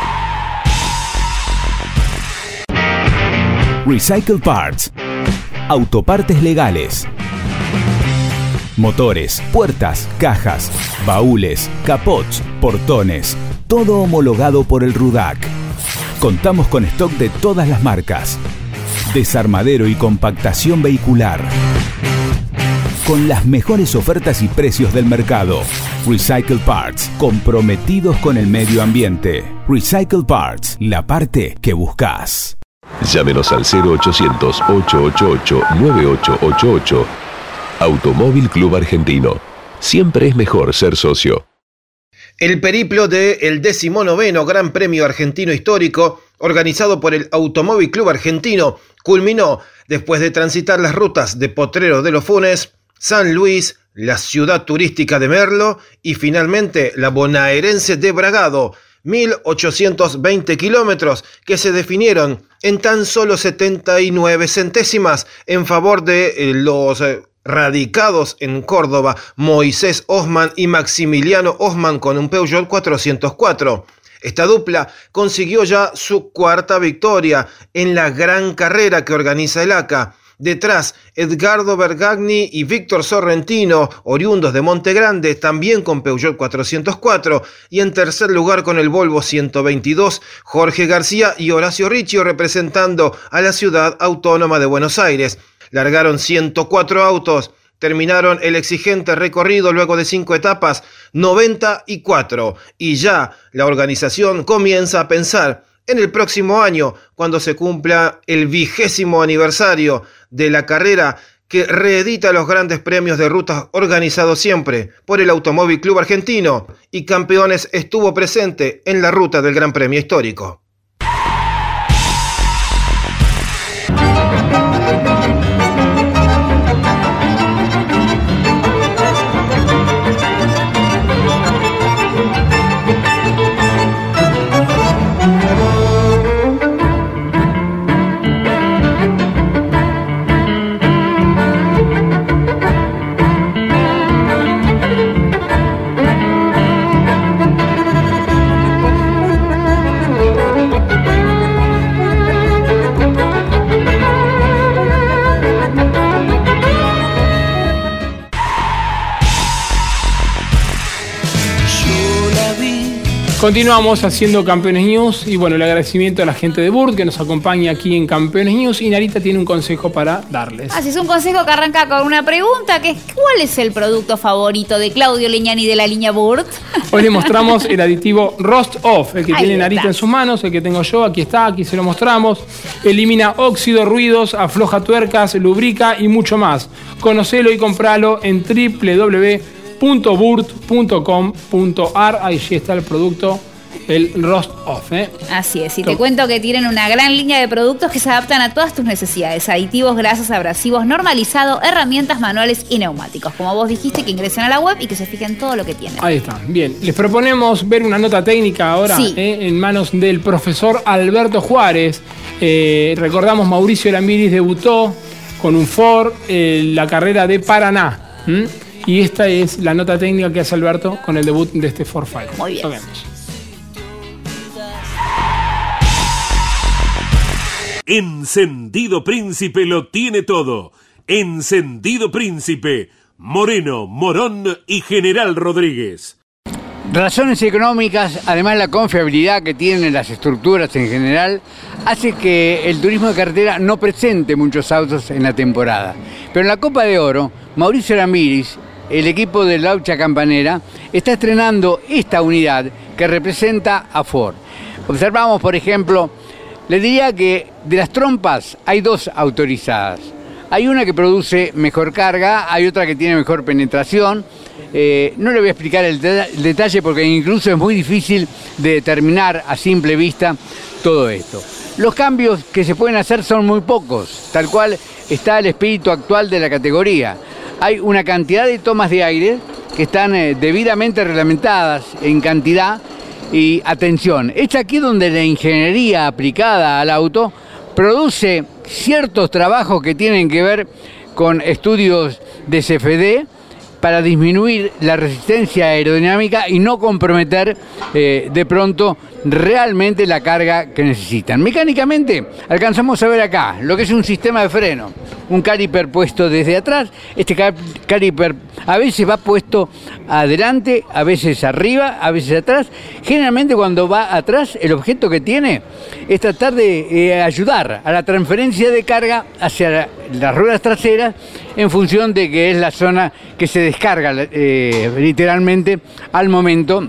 Recycle Parts. Autopartes legales. Motores, puertas, cajas, baúles, capots, portones. Todo homologado por el RUDAC. Contamos con stock de todas las marcas. Desarmadero y compactación vehicular. Con las mejores ofertas y precios del mercado. Recycle Parts, comprometidos con el medio ambiente. Recycle Parts, la parte que buscas. Llámenos al cero ochocientos, ochocientos ochenta y ocho, nueve ocho ocho ocho. Automóvil Club Argentino. Siempre es mejor ser socio. El periplo del decimonoveno Gran Premio Argentino Histórico, organizado por el Automóvil Club Argentino, culminó después de transitar las rutas de Potrero de los Funes, San Luis, la ciudad turística de Merlo y finalmente la bonaerense de Bragado, mil ochocientos veinte kilómetros que se definieron en tan solo setenta y nueve centésimas en favor de eh, los eh, radicados en Córdoba, Moisés Osman y Maximiliano Osman con un Peugeot cuatrocientos cuatro. Esta dupla consiguió ya su cuarta victoria en la gran carrera que organiza el A C A. Detrás, Edgardo Bergagni y Víctor Sorrentino, oriundos de Monte Grande, también con Peugeot cuatrocientos cuatro. Y en tercer lugar con el Volvo ciento veintidós, Jorge García y Horacio Riccio, representando a la ciudad autónoma de Buenos Aires. Largaron ciento cuatro autos, terminaron el exigente recorrido luego de cinco etapas, noventa y cuatro. Y ya la organización comienza a pensar en el próximo año, cuando se cumpla el vigésimo aniversario de la carrera que reedita los grandes premios de rutas organizados siempre por el Automóvil Club Argentino, y Campeones estuvo presente en la ruta del Gran Premio Histórico. Continuamos haciendo Campeones News y bueno, el agradecimiento a la gente de Burt que nos acompaña aquí en Campeones News, y Narita tiene un consejo para darles. Así es, un consejo que arranca con una pregunta, que es ¿cuál es el producto favorito de Claudio Leñani de la línea Burt? Hoy le mostramos el aditivo Rust Off, el que Ahí tiene está. Narita en sus manos, el que tengo yo, aquí está, aquí se lo mostramos. Elimina óxido, ruidos, afloja tuercas, lubrica y mucho más. Conocelo y compralo en doble u doble u doble u punto burt punto com punto a r. Ahí está el producto, el Rust Off, ¿eh? Así es, y te cuento que tienen una gran línea de productos que se adaptan a todas tus necesidades: aditivos, grasas, abrasivos, normalizado, herramientas manuales y neumáticos. Como vos dijiste, que ingresen a la web y que se fijen todo lo que tienen. Ahí está, bien. Les proponemos ver una nota técnica ahora, Sí. ¿eh? En manos del profesor Alberto Juárez. Eh, recordamos, Mauricio Lambiris debutó con un Ford eh, la carrera de Paraná. ¿m? Y esta es la nota técnica que hace Alberto con el debut de este Ford Fighter. Muy bien. Lo vemos. Encendido Príncipe lo tiene todo. Encendido Príncipe, Moreno, Morón y General Rodríguez. Razones económicas, además la confiabilidad que tienen las estructuras en general, hace que el turismo de carretera no presente muchos autos en la temporada. Pero en la Copa de Oro, Mauricio Lambiris, el equipo de Laucha Campanera, está estrenando esta unidad que representa a Ford. Observamos, por ejemplo, le diría que de las trompas hay dos autorizadas. Hay una que produce mejor carga, hay otra que tiene mejor penetración. Eh, no le voy a explicar el, de- el detalle porque incluso es muy difícil de determinar a simple vista todo esto. Los cambios que se pueden hacer son muy pocos, tal cual está el espíritu actual de la categoría. Hay una cantidad de tomas de aire que están eh, debidamente reglamentadas en cantidad y atención. Es aquí donde la ingeniería aplicada al auto produce ciertos trabajos que tienen que ver con estudios de C F D para disminuir la resistencia aerodinámica y no comprometer eh, de pronto realmente la carga que necesitan. Mecánicamente alcanzamos a ver acá lo que es un sistema de freno, un caliper puesto desde atrás. Este ca- caliper a veces va puesto adelante, a veces arriba, a veces atrás. Generalmente cuando va atrás, el objeto que tiene es tratar de eh, ayudar a la transferencia de carga hacia la- las ruedas traseras en función de que es la zona que se descarga eh, literalmente al momento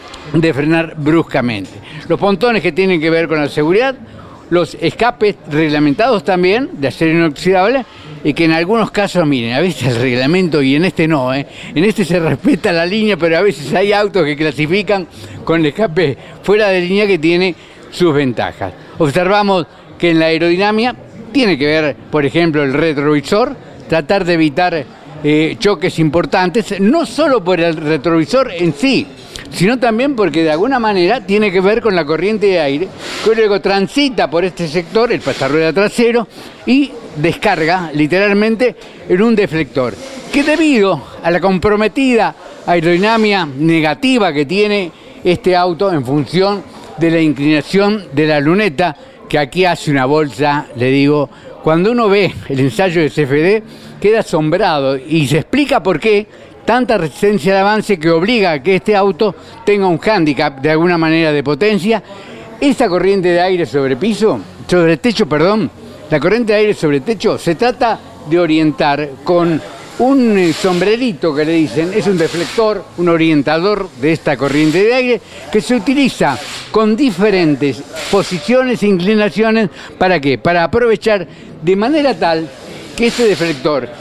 de frenar bruscamente. Los pontones que tienen que ver con la seguridad, los escapes reglamentados también de acero inoxidable, y que en algunos casos, miren, a veces el reglamento y en este no, ¿eh? En este se respeta la línea, pero a veces hay autos que clasifican con el escape fuera de línea, que tiene sus ventajas. Observamos que en la aerodinámica tiene que ver, por ejemplo, el retrovisor, tratar de evitar eh, choques importantes, no solo por el retrovisor en sí, sino también porque de alguna manera tiene que ver con la corriente de aire que luego transita por este sector, el pasarrueda trasero, y descarga literalmente en un deflector, que debido a la comprometida aerodinámica negativa que tiene este auto en función de la inclinación de la luneta, que aquí hace una bolsa, le digo, cuando uno ve el ensayo de C F D queda asombrado y se explica por qué tanta resistencia de avance que obliga a que este auto tenga un hándicap de alguna manera de potencia. Esta corriente de aire sobre piso, sobre techo, perdón, la corriente de aire sobre techo se trata de orientar con un eh, sombrerito que le dicen, es un deflector, un orientador de esta corriente de aire que se utiliza con diferentes posiciones e inclinaciones. ¿Para qué? Para aprovechar de manera tal que este deflector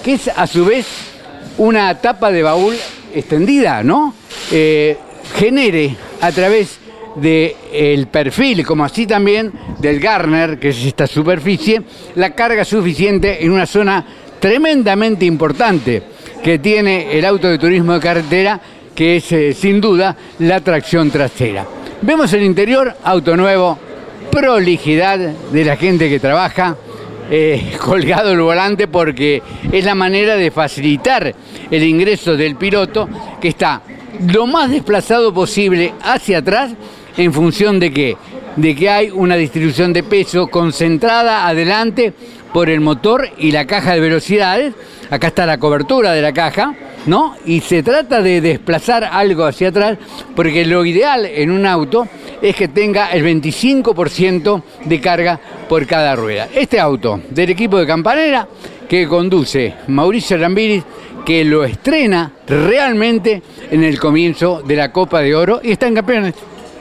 que es a su vez una tapa de baúl extendida, ¿no? Eh, genere a través del perfil, como así también del Garner, que es esta superficie, la carga suficiente en una zona tremendamente importante que tiene el auto de turismo de carretera, que es eh, sin duda la tracción trasera. Vemos el interior, auto nuevo, prolijidad de la gente que trabaja, eh, colgado el volante, porque es la manera de facilitar el ingreso del piloto, que está lo más desplazado posible hacia atrás, en función de que, de que hay una distribución de peso concentrada adelante por el motor y la caja de velocidades. Acá está la cobertura de la caja, ¿no? Y se trata de desplazar algo hacia atrás, porque lo ideal en un auto es que tenga el veinticinco por ciento de carga por cada rueda. Este auto del equipo de Campanella, que conduce Mauricio Lambiris, que lo estrena realmente en el comienzo de la Copa de Oro y está en Campeones.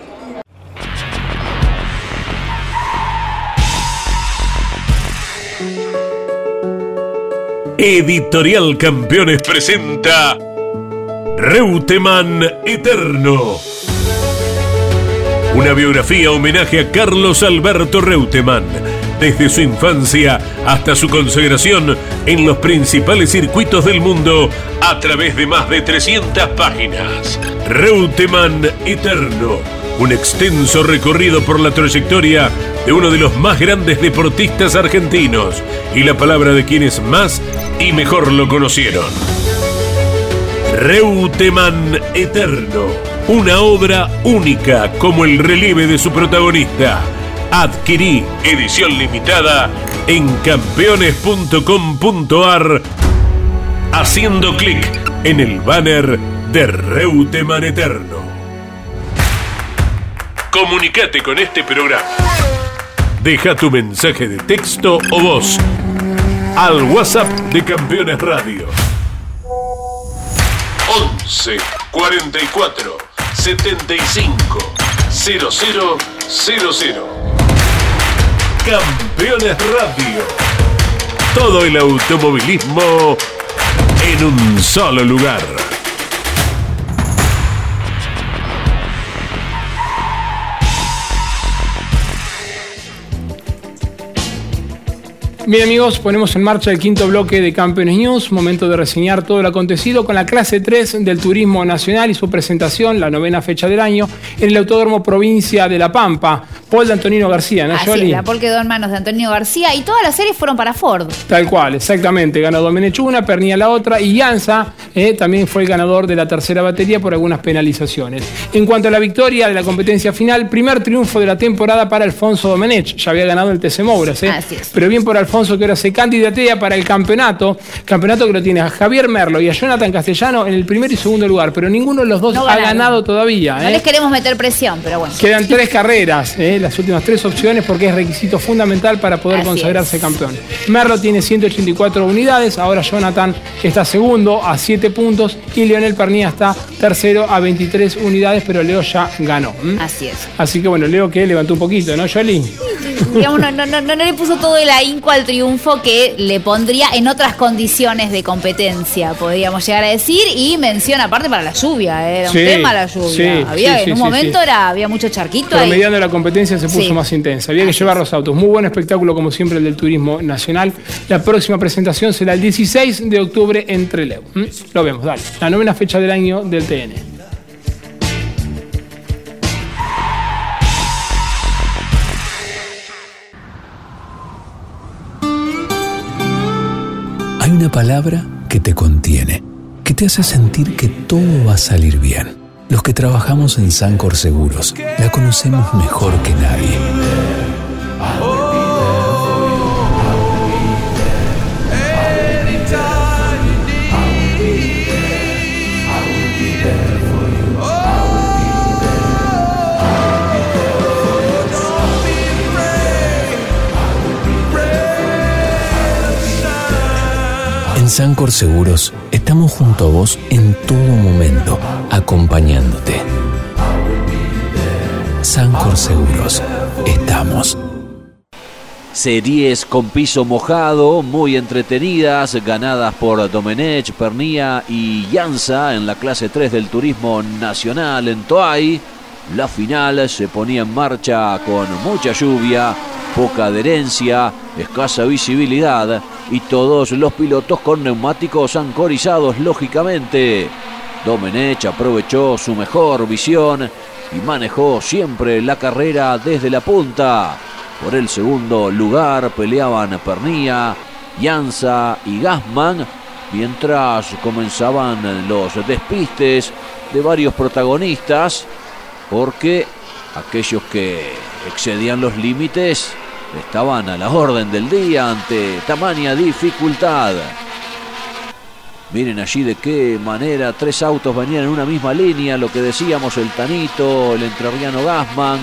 Editorial Campeones presenta Reutemann Eterno. Una biografía homenaje a Carlos Alberto Reutemann, desde su infancia hasta su consagración en los principales circuitos del mundo a través de más de trescientas páginas. Reutemann Eterno, un extenso recorrido por la trayectoria de uno de los más grandes deportistas argentinos y la palabra de quienes más y mejor lo conocieron. Reutemann Eterno, una obra única como el relieve de su protagonista. Adquirí edición limitada en campeones punto com punto ar haciendo clic en el banner de Reutemann Eterno. Comunicate con este programa. Deja tu mensaje de texto o voz al WhatsApp de Campeones Radio. once cuarenta y cuatro setenta y cinco cero cero cero cero. Campeones Radio. Todo el automovilismo en un solo lugar. Bien amigos, ponemos en marcha el quinto bloque de Campeones News, momento de reseñar todo lo acontecido con la clase tres del Turismo Nacional y su presentación, la novena fecha del año, en el Autódromo Provincia de La Pampa. Paul de Antonino García, ¿no, Así Yoli? es, la pole quedó en manos de Antonio García y todas las series fueron para Ford. Tal cual, exactamente. Ganó Domenech una, Pernilla la otra y Llanza eh, también fue el ganador de la tercera batería por algunas penalizaciones. En cuanto a la victoria de la competencia final, primer triunfo de la temporada para Alfonso Domenech. Ya había ganado el T C Mouras, ¿eh? Así es. Pero bien por Alfonso, que ahora se candidatea para el campeonato. Campeonato que lo tiene a Javier Merlo y a Jonathan Castellano en el primer y segundo lugar, pero ninguno de los dos No ha ganaron. ganado todavía. No ¿eh? les queremos meter presión, pero bueno. Quedan tres carreras, ¿eh? Las últimas tres opciones, porque es requisito fundamental para poder Así consagrarse es. campeón. Merlo tiene ciento ochenta y cuatro unidades, ahora Jonathan está segundo a siete puntos y Leonel Pernilla está tercero a veintitrés unidades, pero Leo ya ganó. ¿m? Así es. Así que bueno, Leo que levantó un poquito, ¿no, Yoli? Digamos, no, no, no, no le puso todo el ahínco al triunfo que le pondría en otras condiciones de competencia, podríamos llegar a decir, y mención aparte para la lluvia, ¿eh? Era un Sí, tema la lluvia. sí, había, sí, en sí, un sí, momento sí. Era, había mucho charquito ahí. Promediando la competencia se puso Sí. más intensa. Había que llevar los autos. Muy buen espectáculo, como siempre, el del Turismo Nacional. La próxima presentación será el dieciséis de octubre en Trelew. ¿Mm? Lo vemos, dale. La novena fecha del año del T N. Hay una palabra que te contiene, que te hace sentir que todo va a salir bien. Los que trabajamos en Sancor Seguros la conocemos mejor que nadie. En Sancor Seguros estamos junto a vos en todo momento, acompañándote. Sancor Seguros, estamos. series con piso mojado, muy entretenidas, ganadas por Domenech, Pernía y Llanza en la clase tres del Turismo Nacional en Toay. La final se ponía en marcha con mucha lluvia, poca adherencia, escasa visibilidad y todos los pilotos con neumáticos ancorizados, lógicamente. Domenech aprovechó su mejor visión y manejó siempre la carrera desde la punta. Por el segundo lugar peleaban Pernía, Llanza y Gassman, mientras comenzaban los despistes de varios protagonistas, porque aquellos que excedían los límites estaban a la orden del día ante tamaña dificultad. Miren allí de qué manera tres autos venían en una misma línea, lo que decíamos, el Tanito, el entrerriano Gassman.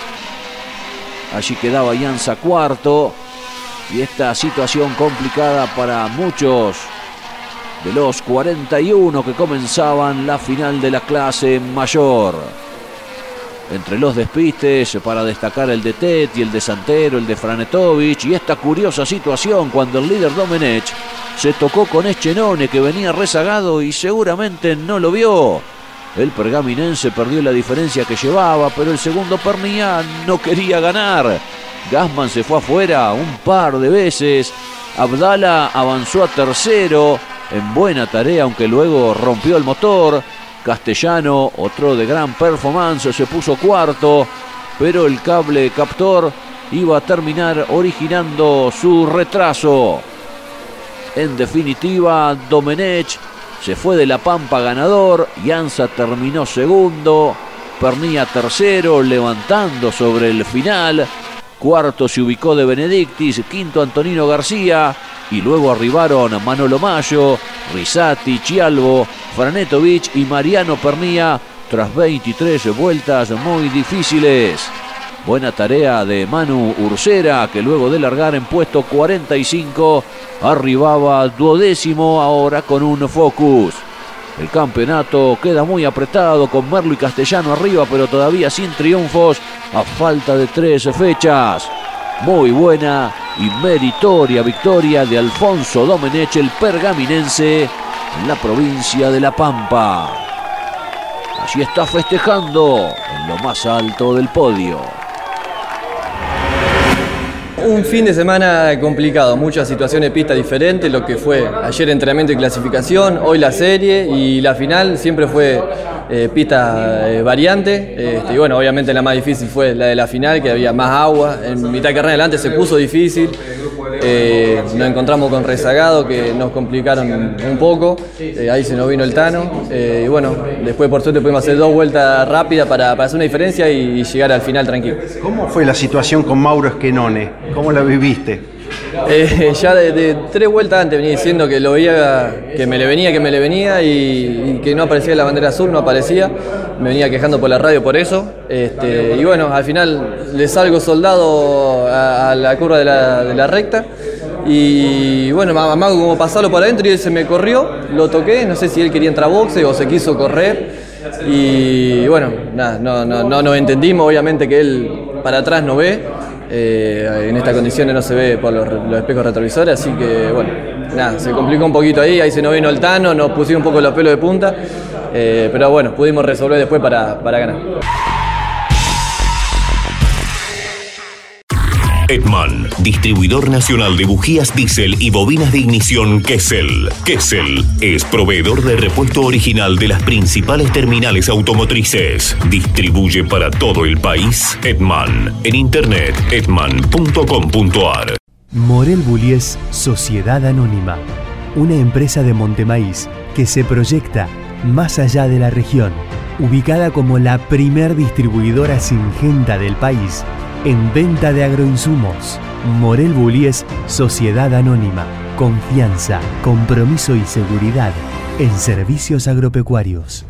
Allí quedaba Llanza cuarto, y esta situación complicada para muchos de los cuarenta y uno que comenzaban la final de la clase mayor. Entre los despistes, para destacar el de Tetti, el de Santero, el de Franetovich, y esta curiosa situación cuando el líder Domenech se tocó con Eschenone, que venía rezagado y seguramente no lo vio. El pergaminense perdió la diferencia que llevaba, pero el segundo Pernía no quería ganar. Gassman se fue afuera un par de veces. Abdala avanzó a tercero en buena tarea, aunque luego rompió el motor. Castellano, otro de gran performance, se puso cuarto, pero el cable captor iba a terminar originando su retraso. En definitiva, Domenech se fue de la Pampa ganador, Llanza terminó segundo, Pernía tercero, levantando sobre el final. Cuarto se ubicó De Benedictis, quinto Antonino García, y luego arribaron Manolo Mayo, Risati, Chialvo, Franetovich y Mariano Pernía tras veintitrés vueltas muy difíciles. Buena tarea de Manu Ursera, que luego de largar en puesto cuarenta y cinco arribaba duodécimo ahora con un Focus. El campeonato queda muy apretado con Merlo y Castellano arriba, pero todavía sin triunfos a falta de tres fechas. Muy buena y meritoria victoria de Alfonso Domenech, el pergaminense, en la provincia de La Pampa. Allí está festejando en lo más alto del podio. Un fin de semana complicado, muchas situaciones de pista diferentes, lo que fue ayer entrenamiento y clasificación, hoy la serie y la final siempre fue eh, pista eh, variante. Este, y bueno, obviamente la más difícil fue la de la final, que había más agua, en mitad de carrera adelante se puso difícil. Eh, nos encontramos con rezagado que nos complicaron un poco, eh, ahí se nos vino el Tano, eh, y bueno, después por suerte pudimos hacer dos vueltas rápidas para, para hacer una diferencia y, y llegar al final tranquilo. ¿Cómo fue la situación con Mauro Eschenone? ¿Cómo la viviste? Eh, ya de, de tres vueltas antes venía diciendo que lo veía, que me le venía, que me le venía y, y que no aparecía la bandera azul, no aparecía. Me venía quejando por la radio por eso. Este, y bueno, al final le salgo soldado a, a la curva de la, de la recta. Y bueno, amago como pasarlo para adentro y él se me corrió, lo toqué, no sé si él quería entrar a boxe o se quiso correr. Y bueno, nada, no, no, no nos entendimos, obviamente que él para atrás no ve. Eh, en estas condiciones no se ve por los, los espejos retrovisores, así que bueno, nada, se complicó un poquito ahí, ahí se nos vino el Tano, nos pusimos un poco los pelos de punta, eh, pero bueno, pudimos resolver después para, para ganar. Edman, distribuidor nacional de bujías diésel y bobinas de ignición Kessel. Kessel es proveedor de repuesto original de las principales terminales automotrices. Distribuye para todo el país Edman. En internet, edman punto com punto ar. Morel Bullies Sociedad Anónima, una empresa de Montemaíz que se proyecta más allá de la región, ubicada como la primer distribuidora singenta del país en venta de agroinsumos. Morel Bullies Sociedad Anónima. Confianza, compromiso y seguridad en servicios agropecuarios.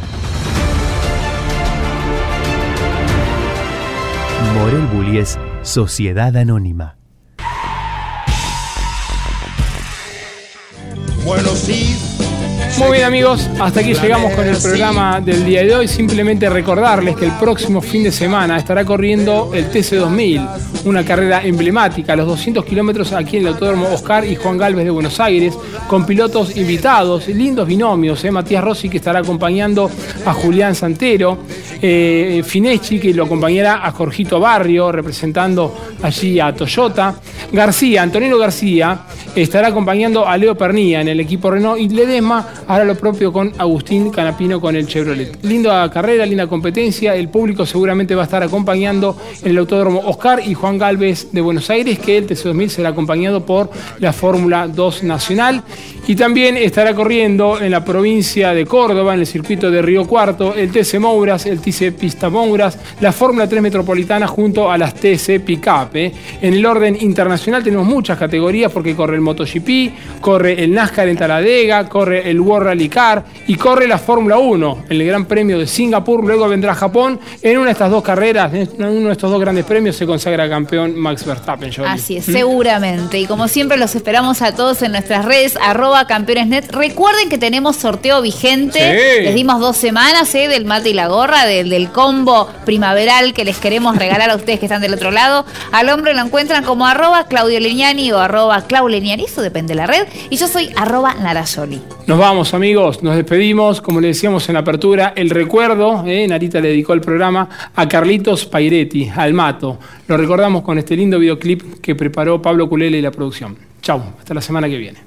Morel Bullies Sociedad Anónima. Bueno, sí, Muy bien, amigos, hasta aquí llegamos con el programa del día de hoy. Simplemente recordarles que el próximo fin de semana estará corriendo el T C dos mil, una carrera emblemática, los doscientos kilómetros aquí en el Autódromo Oscar y Juan Galvez de Buenos Aires, con pilotos invitados, lindos binomios, ¿eh? Matías Rossi, que estará acompañando a Julián Santero, eh, Fineschi, que lo acompañará a Jorgito Barrio, representando allí a Toyota, García, Antonino García, estará acompañando a Leo Pernía en el equipo Renault, y Ledesma hará lo propio con Agustín Canapino con el Chevrolet. Linda carrera, linda competencia. El público seguramente va a estar acompañando en el Autódromo Oscar y Juan Galvez de Buenos Aires, que el T C dos mil será acompañado por la Fórmula dos Nacional. Y también estará corriendo en la provincia de Córdoba, en el circuito de Río Cuarto, el T C Mouras, el T C Pista Mouras, la Fórmula tres Metropolitana junto a las T C Pickup. ¿eh? En el orden internacional tenemos muchas categorías, porque corre el MotoGP, corre el NASCAR en Talladega, corre el World Rally Car y corre la Fórmula uno, el Gran Premio de Singapur. Luego vendrá Japón. En una de estas dos carreras, en uno de estos dos grandes premios, se consagra campeón Max Verstappen. Jolie. Así es, ¿Mm? seguramente. Y como siempre, los esperamos a todos en nuestras redes, arroba campeonesnet. Recuerden que tenemos sorteo vigente. Sí. Les dimos dos semanas ¿eh? del mate y la gorra, del, del combo primaveral que les queremos regalar a ustedes que están del otro lado. Al hombre lo encuentran como arroba Claudio Legnani o arroba Clau Legnani, eso depende de la red. Y yo soy arroba Narasoli. Nos vamos, amigos, nos despedimos. Como le decíamos en la apertura, el recuerdo, eh, Narita le dedicó el programa a Carlitos Pairetti, al Mato. Lo recordamos con este lindo videoclip que preparó Pablo Culele y la producción. Chau, hasta la semana que viene.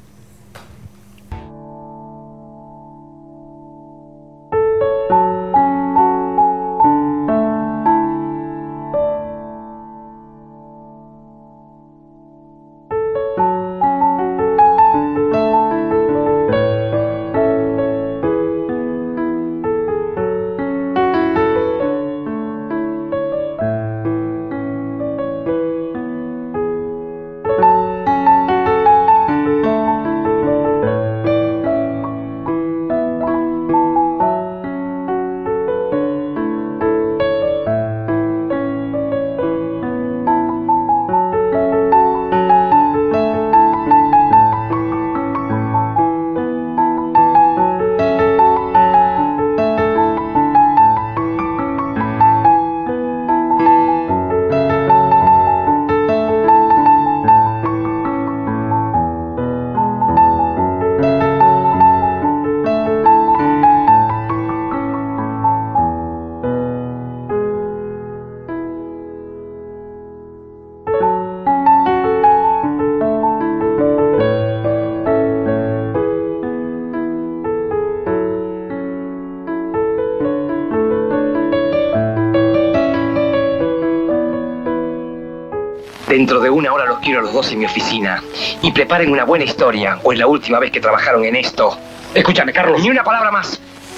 Dentro de una hora los quiero a los dos en mi oficina. Y preparen una buena historia, o es la última vez que trabajaron en esto. Escúchame, Carlos, ni una palabra más.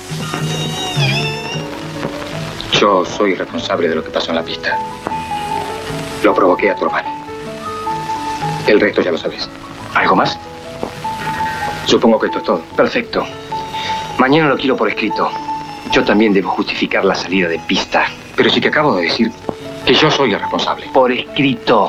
Yo soy responsable de lo que pasó en la pista. Lo provoqué a tu hermano. El resto ya lo sabes. ¿Algo más? Supongo que esto es todo. Perfecto. Mañana lo quiero por escrito. Yo también debo justificar la salida de pista. Pero si te acabo de decir que yo soy el responsable. Por escrito.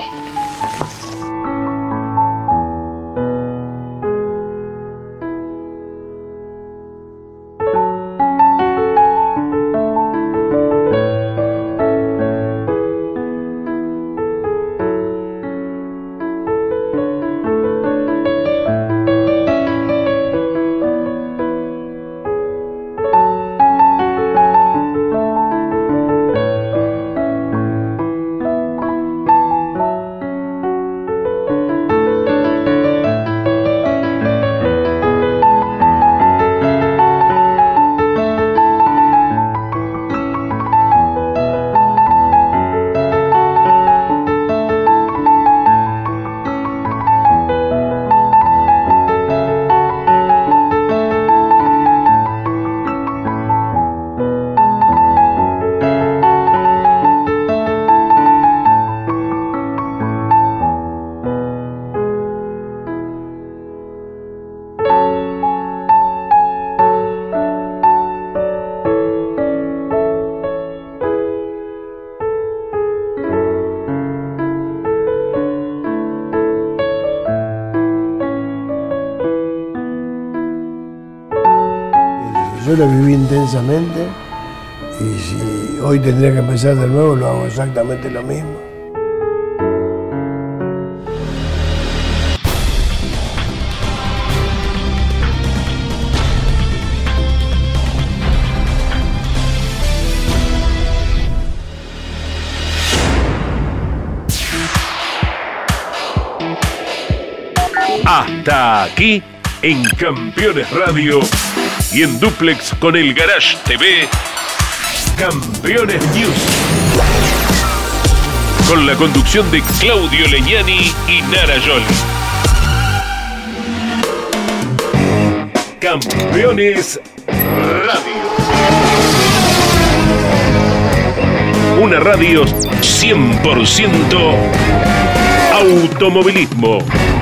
yo lo viví intensamente y si hoy tendría que empezar de nuevo, lo hago exactamente lo mismo. Hasta aquí en Campeones Radio y en dúplex con el Garage T V, Campeones News. Con la conducción de Claudio Legnani y Nara Joli. Campeones Radio. Una radio cien por ciento automovilismo.